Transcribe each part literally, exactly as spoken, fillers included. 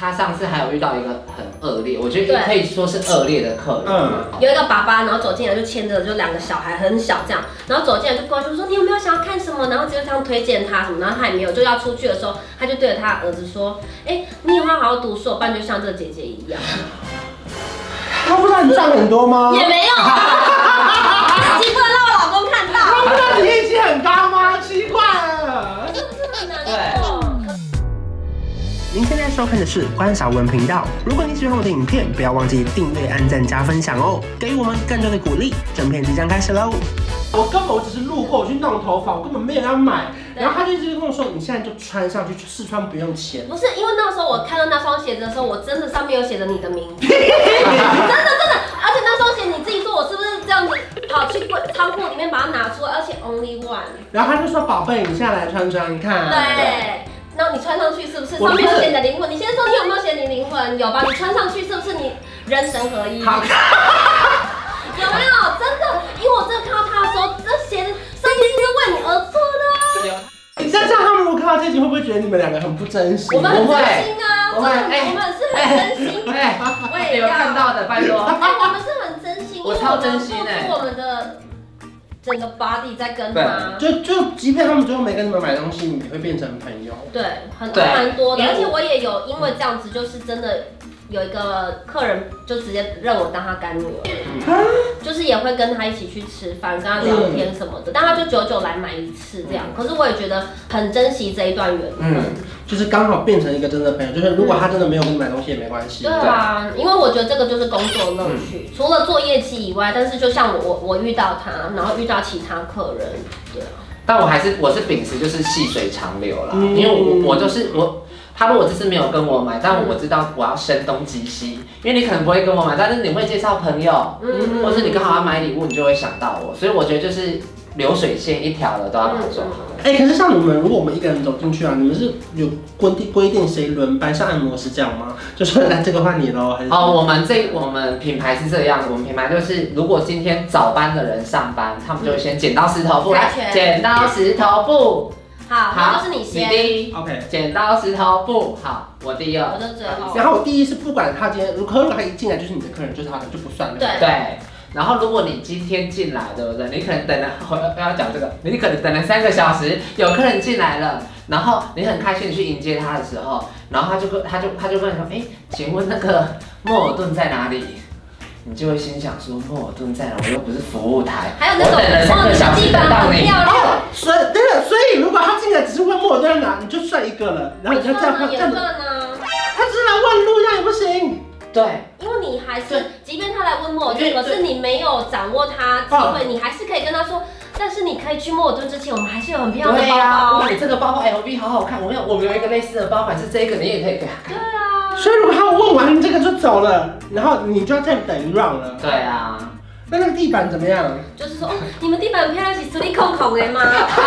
他上次还有遇到一个很恶劣，我觉得可以说是恶劣的客人。 嗯， 哦、 有一个爸爸，然后走进来就牵着就两个小孩，很小这样，然后走进来就过去说你有没有想要看什么，然后直接这样推荐他什么，然后他也没有，就要出去的时候，他就对着他儿子说，哎、欸，你以后好好读书，不然就像这个姐姐一样。 他不知道你赚很多吗？ 也没有，自己不能让我老公看到。 他不知道你业绩很高吗？奇怪了。 是不是很难过？ 您现在收看的是关韶文频道。如果你喜欢我的影片，不要忘记订阅、按赞、加分享哦，给予我们更多的鼓励。整片即将开始喽！我根本我只是路过，我去弄头发，我根本没有要买。然后他就一直跟我说：“你现在就穿上去，试穿不用钱。” 不是，因为那时候我看到那双鞋子的时候，我真的上面有写着你的名字，真的真的，而且那双鞋你自己说我是不是这样子跑去柜仓库里面把它拿出来，而且 only one。 然后他就说：“宝贝，你现在来穿穿看。” 对。然后你穿上去是不是上面有写你的灵魂？你先说你有没有写你灵魂？有吧？你穿上去是不是你人神合一？ 好看。 有没有？真的，因为我真的看到他的时候，这鞋子设计师为你而做的啊。 你这样他们如果看到这集，会不会觉得你们两个很不真实？ 我们很真心啊， 我们我们是很真心。 哎，我也有看到的，拜托。 我们是很真心， 我超真心哎。我们的整个 body 在跟他， 就就即便他们最后没跟你们买东西，你会变成朋友。 对，很蛮多的，而且我也有因为这样子，就是真的有一个客人就直接认我当他干女儿，嗯、就是也会跟他一起去吃饭，跟他聊天什么的，嗯、但他就久久来买一次这样。可是我也觉得很珍惜这一段缘分。嗯就是刚好变成一个真的朋友，就是如果他真的没有跟你买东西也没关系。 对啊，因为我觉得这个就是工作乐趣，嗯、除了做业绩以外，但是就像我我遇到他，然后遇到其他客人，对啊。 但我还是我是秉持就是细水长流啦，嗯、因为我我就是我。他如果这次没有跟我买，但我知道我要声东击西，因为你可能不会跟我买，但是你会介绍朋友，嗯、或是你刚好要买礼物，你就会想到我，所以我觉得就是流水线一条的都要把它做好。 哎、欸，可是像你们，如果我们一个人走进去啊，你们是有规定规定谁轮班？像按摩是这样吗？就说来这个换你喽，还是？ 哦，我们这我们品牌是这样的，我们品牌就是如果今天早班的人上班，他们就会先剪刀石头布，来剪刀石头布。 好，好，就是你先。 你第一 ，OK。 剪刀石头布，好，我第二。 我就最后。 然后我第一是不管他今天，如果他一进来就是你的客人，就是他的就不算了。 对。 对。然后如果你今天进来，对不对？你可能等了，我要讲这个，你可能等了三个小时，有客人进来了，然后你很开心去迎接他的时候，然后他就他就他就问说，哎，请问那个莫尔顿在哪里？你就会心想说，莫尔顿在哪？我又不是服务台， 还有那种我等了三个小时等到你。 哦，所以对了，所以如果他进来只是问莫尔顿在哪，你就算一个了，然后你就这样也算啊。 他只是来问路，那也不行。 对， 因为你还是，即便他来问莫尔顿，可是你没有掌握他机会，你还是可以跟他说。但是你可以去莫尔顿之前，我们还是有很漂亮的包包。 哇，你这个包包 L V 好好看，我们有我们有一个类似的包款是这个，你也可以给他。 对啊。 所以如果他问完这个就走了，然后你就要再等一 round 了。 对啊。 那那个地板怎么样？ 就是说，哦，你们地板很漂亮，是实力控控的吗？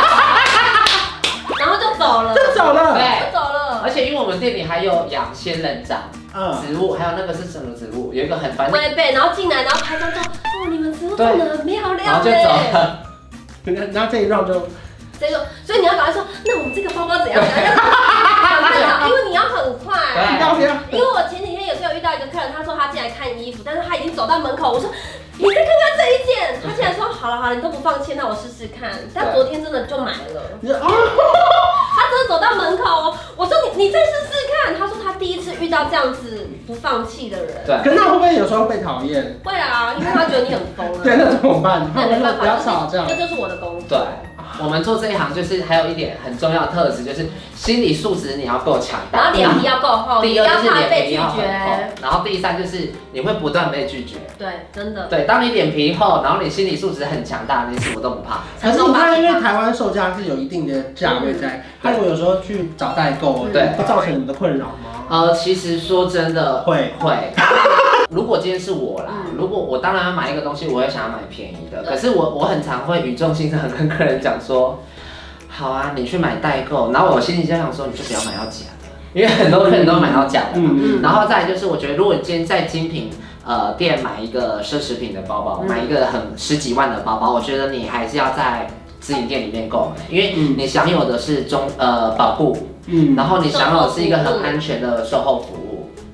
然后就走了。 就走了。 对， 就走了。 而且因为我们店里还有养仙人掌。植物，还有那个是什么植物？有一个很烦。 龟背，然后进来，然后拍照说，哦，你们植物真的很漂亮。 然后就走了。 然后这一 round 就， 这个，所以你要赶快说，那我们这个包包怎样？怎样？赶快找，因为你要很快。 对。 因为我前几天也是有遇到一个客人，他说他进来看衣服，但是他已经走到门口，我说你再看看这一件，他竟然说好了好了，你都不放弃，那我试试看。但昨天真的就买了。他真的走到门口，我说你你再试试看。他说他第一次遇到这样子不放弃的人。 对。 可是他会不会有时候被讨厌？ 会啊，因为他觉得你很疯啊。 对，那怎么办？ 那没办法， 不要吵这样。 这就是我的工作。 对。我们做这一行就是还有一点很重要的特质，就是心理素质你要够强大， 然后脸皮要够厚， 第二就是脸皮要很厚，然后第三就是你会不断被拒绝。 对，真的。 对，当你脸皮厚，然后你心理素质很强大，你什么都不怕。 可是你看，因为台湾售价是有一定的价位在，他如果有时候去找代购，对，会造成你的困扰吗？ 呃，其实说真的， 会会。如果今天是我啦，如果我当然要买一个东西，我会想要买便宜的。可是我我很常会语重心长跟客人讲说，好啊，你去买代购。然后我心里就想说，你就不要买到假的，因为很多客人都买到假的嘛。嗯嗯。然后再来就是，我觉得如果你今天在精品呃店买一个奢侈品的包包，买一个很十几万的包包，我觉得你还是要在直营店里面购买，因为你享有的是中呃保护，嗯，然后你享有的是一个很安全的售后服务。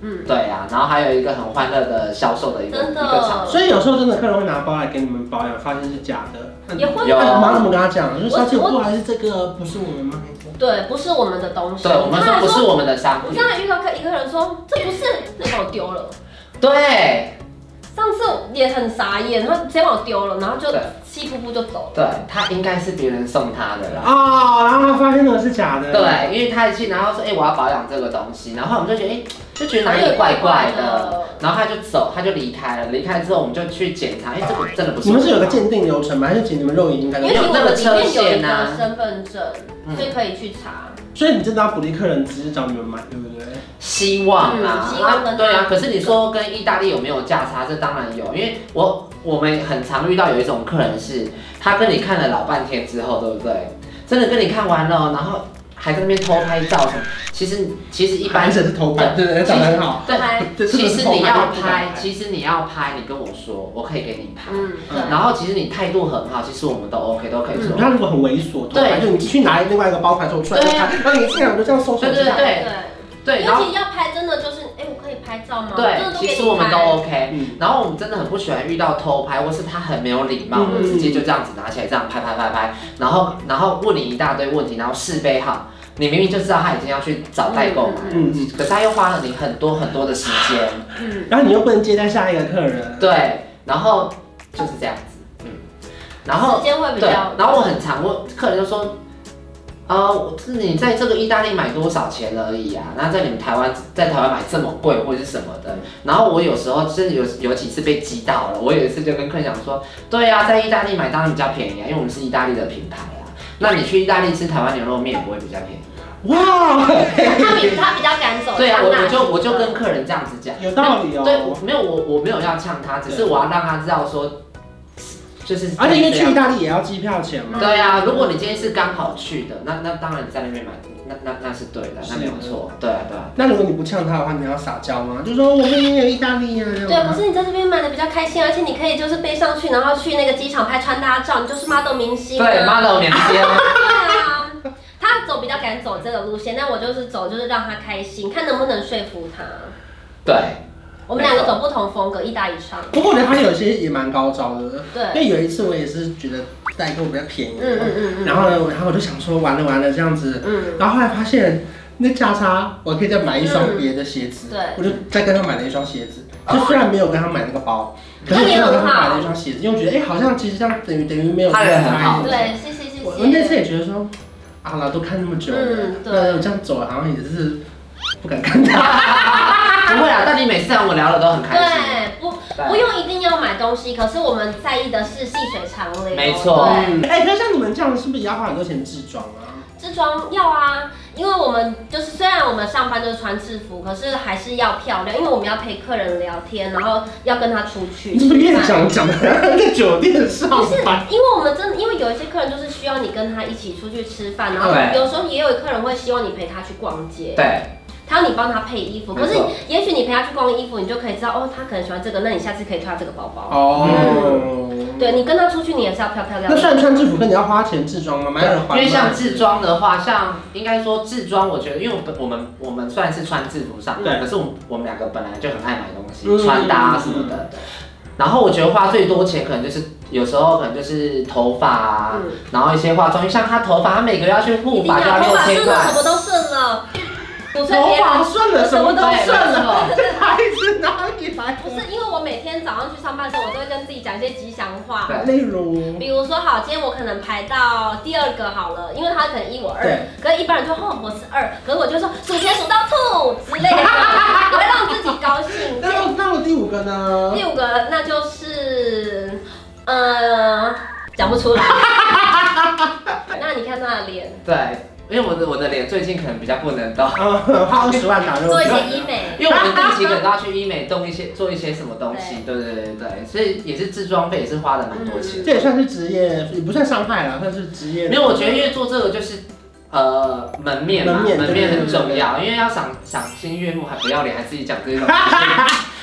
嗯，对啊，然后还有一个很欢乐的销售的一个一个场， 所以有时候真的客人会拿包来给你们保养，发现是假的， 也会有。 我妈怎么跟他讲？就小姐不好意思，这个不是我们卖的， 对，不是我们的东西。 对，我们说不是我们的商品。 我刚才遇到一个客人说这不是，那把我丢了。 对。 上次也很傻眼，他直接把我丢了，然后就气噗噗就走了。 对，他应该是别人送他的啦。 哦，然后他发现那个是假的。 对，因为他一进，然后说，哎、欸，我要保养这个东西，然后我们就觉得，哎、欸，就觉得哪里怪怪的，然后他就走，他就离开了。离开之后，我们就去检查，哎、欸，这个真的不是。 你们是有个鉴定流程吗？还是请你们肉眼应该因为有那个车险啊，身份证，所以可以去查。 所以你真的要鼓励客人直接找你们买，对不对？ 希望啊， 嗯、希望跟对啊。可是你说跟意大利有没有价差？这当然有，因为我我们很常遇到有一种客人是，他跟你看了老半天之后，对不对？真的跟你看完了，然后还在那边偷拍照什么。其实其实一般是偷拍，对对对，长得很好。 对，其实你要拍，其实你要拍，你跟我说，我可以给你拍。嗯，然后其实你态度很好，其实我们都 OK， 都可以做。 他如果很猥琐，对，就你去拿另外一个包牌之后出来拍，然后你进来我就这样收手机。 对对对对。 尤其要拍，真的就是，哎，我可以拍照吗？ 对，其实我们都 OK。然后我们真的很不喜欢遇到偷拍，或是他很没有礼貌，直接就这样子拿起来这样拍拍拍拍，然后然后问你一大堆问题，然后试背好。你明明就知道他已经要去找代购买，嗯嗯，可是他又花了你很多很多的时间， 嗯，然后你又不能接待下一个客人， 对，然后就是这样子，嗯，然后时间会比较， 对，然后我很常问客人就说，呃，你在这个意大利买多少钱而已啊？那在你们台湾在台湾买这么贵或者是什么的？然后我有时候真的有有几次被激到了，我有一次就跟客人讲说，对啊，在意大利买当然比较便宜啊，因为我们是意大利的品牌啊。那你去意大利吃台湾牛肉面不会比较便宜？ 哇， 他比他比较敢走。 对啊，我我就我就跟客人这样子讲， 有道理哦。 对，没有我我没有要呛他，只是我要让他知道说，就是。 而且因为去意大利也要机票钱嘛。 对啊，如果你今天是刚好去的，那那当然你在那边买，那那那是对的，那没有错。对啊对啊。 那如果你不呛他的话，你要撒娇吗？就说我们也有意大利啊。 对，可是你在这边买的比较开心，而且你可以就是背上去，然后去那个机场拍穿搭照，你就是 model 明星。 对 ，model 明星。 对啊。他走比较敢走这个路线，但我就是走就是让他开心，看能不能说服他。 对， 我们两个走不同风格，一搭一唱。 不过我觉得他有些也蛮高招的。 对， 因为有一次我也是觉得代购比较便宜，嗯嗯嗯然后呢，然后我就想说完了完了这样子，嗯，然后后来发现那价差我可以再买一双别的鞋子，对，我就再跟他买了一双鞋子，就虽然没有跟他买那个包，可是我跟他买了一双鞋子，因为我觉得哎好像其实这样等于等于没有他人很好， 对，谢谢谢谢。 我那次也觉得说。好了，都看那么久了，嗯，对，我这样走好像也是不敢看他。 不会啊，但你每次跟我聊的都很开心。 对，不不用一定要买东西，可是我们在意的是细水长流。 没错。 对，哎，可是像你们这样，是不是也要花很多钱置装啊？ 制装要啊，因为我们就是虽然我们上班就是穿制服，可是还是要漂亮，因为我们要陪客人聊天，然后要跟他出去。 你怎么越讲讲的在酒店上班？ 不是，因为我们真的，因为有一些客人就是需要你跟他一起出去吃饭，然后有时候也有客人会希望你陪他去逛街。 对。 他要你帮他配衣服，可是也许你陪他去逛衣服，你就可以知道哦，他可能喜欢这个，那你下次可以推他这个包包。哦。嗯、对，你跟他出去，你也是要漂漂亮亮。 那虽然穿制服，跟你要花钱制装吗？蛮有人花。 因为像制装的话，像应该说制装，我觉得，因为我们我们虽然是穿制服上班，可是我们我们两个本来就很爱买东西，嗯、穿搭什么的。然后我觉得花最多钱，可能就是有时候可能就是头发啊，嗯、然后一些化妆，像他头发，他每个月要去护发，就要六千块。 什么都顺了。 头发顺了，什么都顺了，这孩子哪里来？ 不是，因为我每天早上去上班的时候，我都会跟自己讲一些吉祥话， 例如， 比如说，好，今天我可能排到第二个好了，因为他可能一我二，可是一般人说哦我是二，可是我就说数钱数到吐之类的，我会让自己高兴。 那那我第五个呢？ 第五个那就是，呃，讲不出来。那你看他的脸， 对。因为我的我的脸最近可能比较不能动， 花二十万打肉， 做一些医美， 因为我们定期可能都要去医美动一些做一些什么东西，对对对对，所以也是置装费也是花了蛮多钱。 这也算是职业，也不算伤害啦，算是职业。 没有，我觉得因为做这个就是呃门面嘛，门面很重要，因为要赏赏心悦目还不要脸，还自己讲这些东西。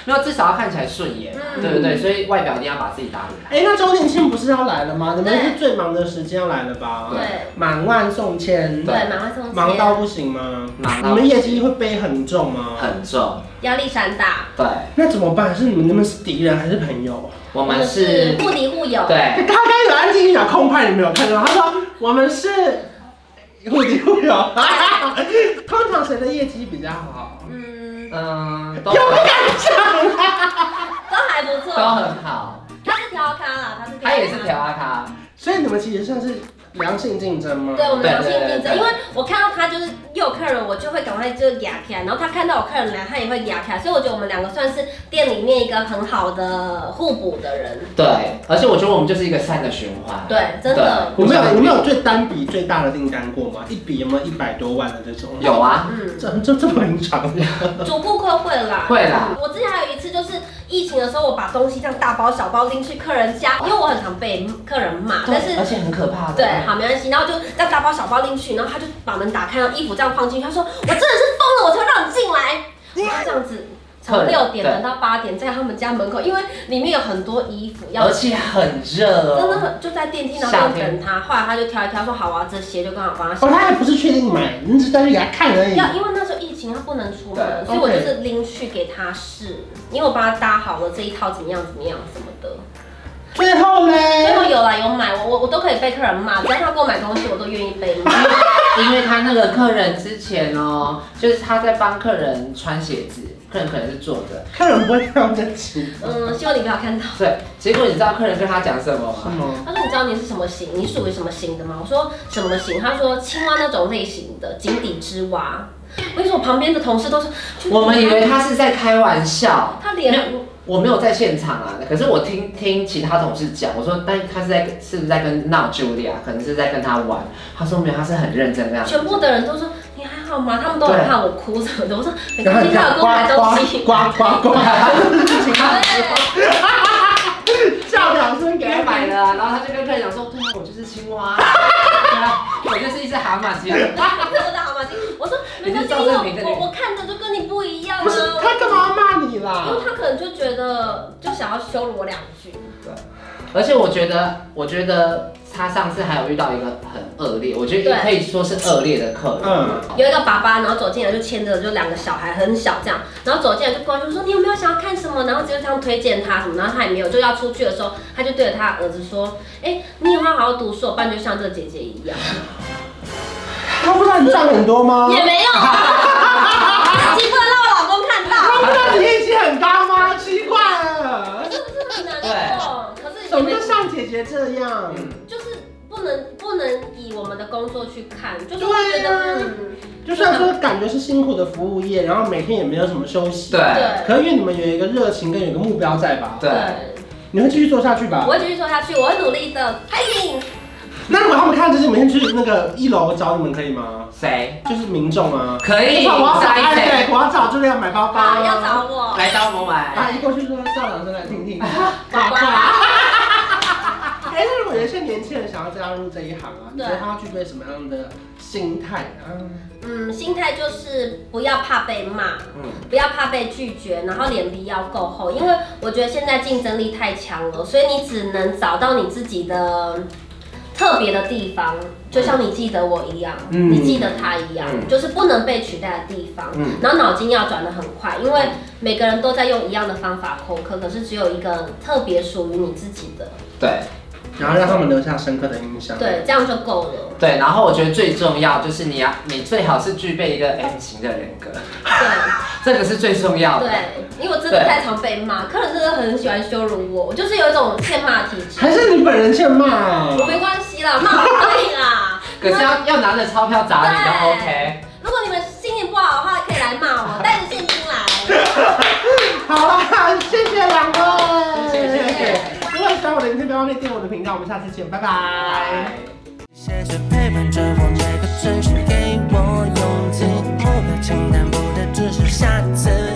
没有至少要看起来顺眼，嗯、对不对？所以外表一定要把自己打理好。 哎、欸，那周年庆不是要来了吗？你们是最忙的时间要来了吧？ 对， 满万送千， 对，满万送千， 忙到不行吗？ 忙到你们业绩会背很重吗？ 很重， 压力山大。 对， 那怎么办？是你们你们是敌人还是朋友？ 我们是互敌互友。 对， 他刚刚有安静一秒空拍，你没有看到？他说我们是互敌互友。通常谁的业绩比较好？ 嗯嗯， 有没敢讲？ 都还不错， 都很好。 他是调咖啦，他是他也是调阿咖， 所以你们其实算是良性竞争吗？ 对，我们良性竞争，因为我看到他就是又有客人，我就会赶快就压起来，然后他看到有客人来，他也会压起来，所以我觉得我们两个算是店里面一个很好的互补的人。 对，而且我觉得我们就是一个善的循环。 对，真的。 你们有你们有最单笔最大的订单过吗？一笔有没有一百多万的这种？ 有啊， 嗯， 这这这么平常？ 主顾客会啦， 会啦。 我之前还有一次就是疫情的时候，我把东西这样大包小包拎去客人家，因为我很常被客人骂，但是而且很可怕的。 对，好没关系，然后就这样大包小包拎去，然后他就把门打开，然后衣服这样放进去，他说我真的是疯了，我才会让你进来，然后这样子。从六点等到八点，在他们家门口，因为里面有很多衣服要， 而且很热， 真的很就在电梯那边等他。后来他就挑一挑，说好啊，这些就刚好帮他洗。 哦，他还不是确定买，你只是在去给他看而已。 要因为那时候疫情，他不能出门，所以我就是拎去给他试，因为我帮他搭好了这一套怎么样怎么样什么的。 最后呢？ 最后有啦有买，我我我都可以被客人骂，只要他给我买东西，我都愿意被骂。 因为他那个客人之前哦，就是他在帮客人穿鞋子。客人可能是坐着， 客人不会看到这情。 嗯，希望你不要看到。 对，结果你知道客人跟他讲什么吗？ 什么？ 他说：“你知道你是什么型？你属于什么型的吗？”我说：“什么型？”他说：“青蛙那种类型的井底之蛙。”我跟你说，我旁边的同事都说， 我们以为他是在开玩笑。 他脸， 我没有在现场啊，可是我听听其他同事讲，我说，但他是在是不是在跟闹 Julia， 可能是在跟他玩。他说没有，他是很认真这样。 全部的人都说。你还好吗？他们都很怕我哭什么的。我说没关系，他有跟我买东西。 呱呱呱！叫两声给他买了，然后他就跟客人讲说：“对啊，我就是青蛙，对啊，我就是一只蛤蟆精。”我的蛤蟆精。我说没关系，我我看着就跟你不一样啊。 不是他干嘛骂你啦？ 因为他可能就觉得就想要羞辱我两句。 对。而且我觉得，我觉得他上次还有遇到一个很恶劣，我觉得可以说是恶劣的客人。嗯， 有一个爸爸，然后走进来就牵着就两个小孩，很小这样，然后走进来就过来就说你有没有想要看什么，然后就这样推荐他什么，然后他也没有，就要出去的时候，他就对着他儿子说，哎、欸，你以后好好读书，不然就像这个姐姐一样。 他不知道你赚很多吗？ 也没有，自己不能让我老公看到。 他不知道你业绩很高吗？奇怪了。 真的是很难过。 怎么就像姐姐这样？ 嗯，就是不能不能以我们的工作去看，就是会觉得，嗯， 就算说感觉是辛苦的服务业，然后每天也没有什么休息， 对， 可是因为你们有一个热情跟有一个目标在吧？ 对， 你会继续做下去吧？ 我会继续做下去，我会努力的 ，fighting。 那如果他们看这些，每天去那个一楼找你们可以吗？ 谁？ 就是民众啊。 可以。 我要找对，我要找这样买包包。 好，要找我。 来找我买。 他一过去说校长生来听听。呱呱。哎，那如果有一些年轻人想要加入这一行啊，你觉得他要具备什么样的心态啊？ 嗯，心态就是不要怕被骂，嗯，不要怕被拒绝，然后脸皮要够厚，因为我觉得现在竞争力太强了，所以你只能找到你自己的特别的地方，就像你记得我一样，嗯、你记得他一样，嗯、就是不能被取代的地方。嗯、然后脑筋要转得很快，因为每个人都在用一样的方法口课，可是只有一个特别属于你自己的。 对。 然后让他们留下深刻的印象。 对，这样就够了。 对，然后我觉得最重要就是你要，你最好是具备一个 M 型的人格。 对， 这个是最重要的。 对，因为我真的太常被骂，客人真的很喜欢羞辱我，我就是有一种欠骂体质。 还是你本人欠骂啊？ 我没关系啦，骂我可以啦。 可是要要拿着钞票砸你都 OK。 如果你们心情不好的话，可以来骂我，带着现金来。 好啦，谢谢两位。 谢谢谢谢。 如果喜欢我的影片，不要忘记订阅我的频道，我们下次见，拜拜。 谢谢陪伴着我每个城市，给我勇气。目标清单不再只是下次。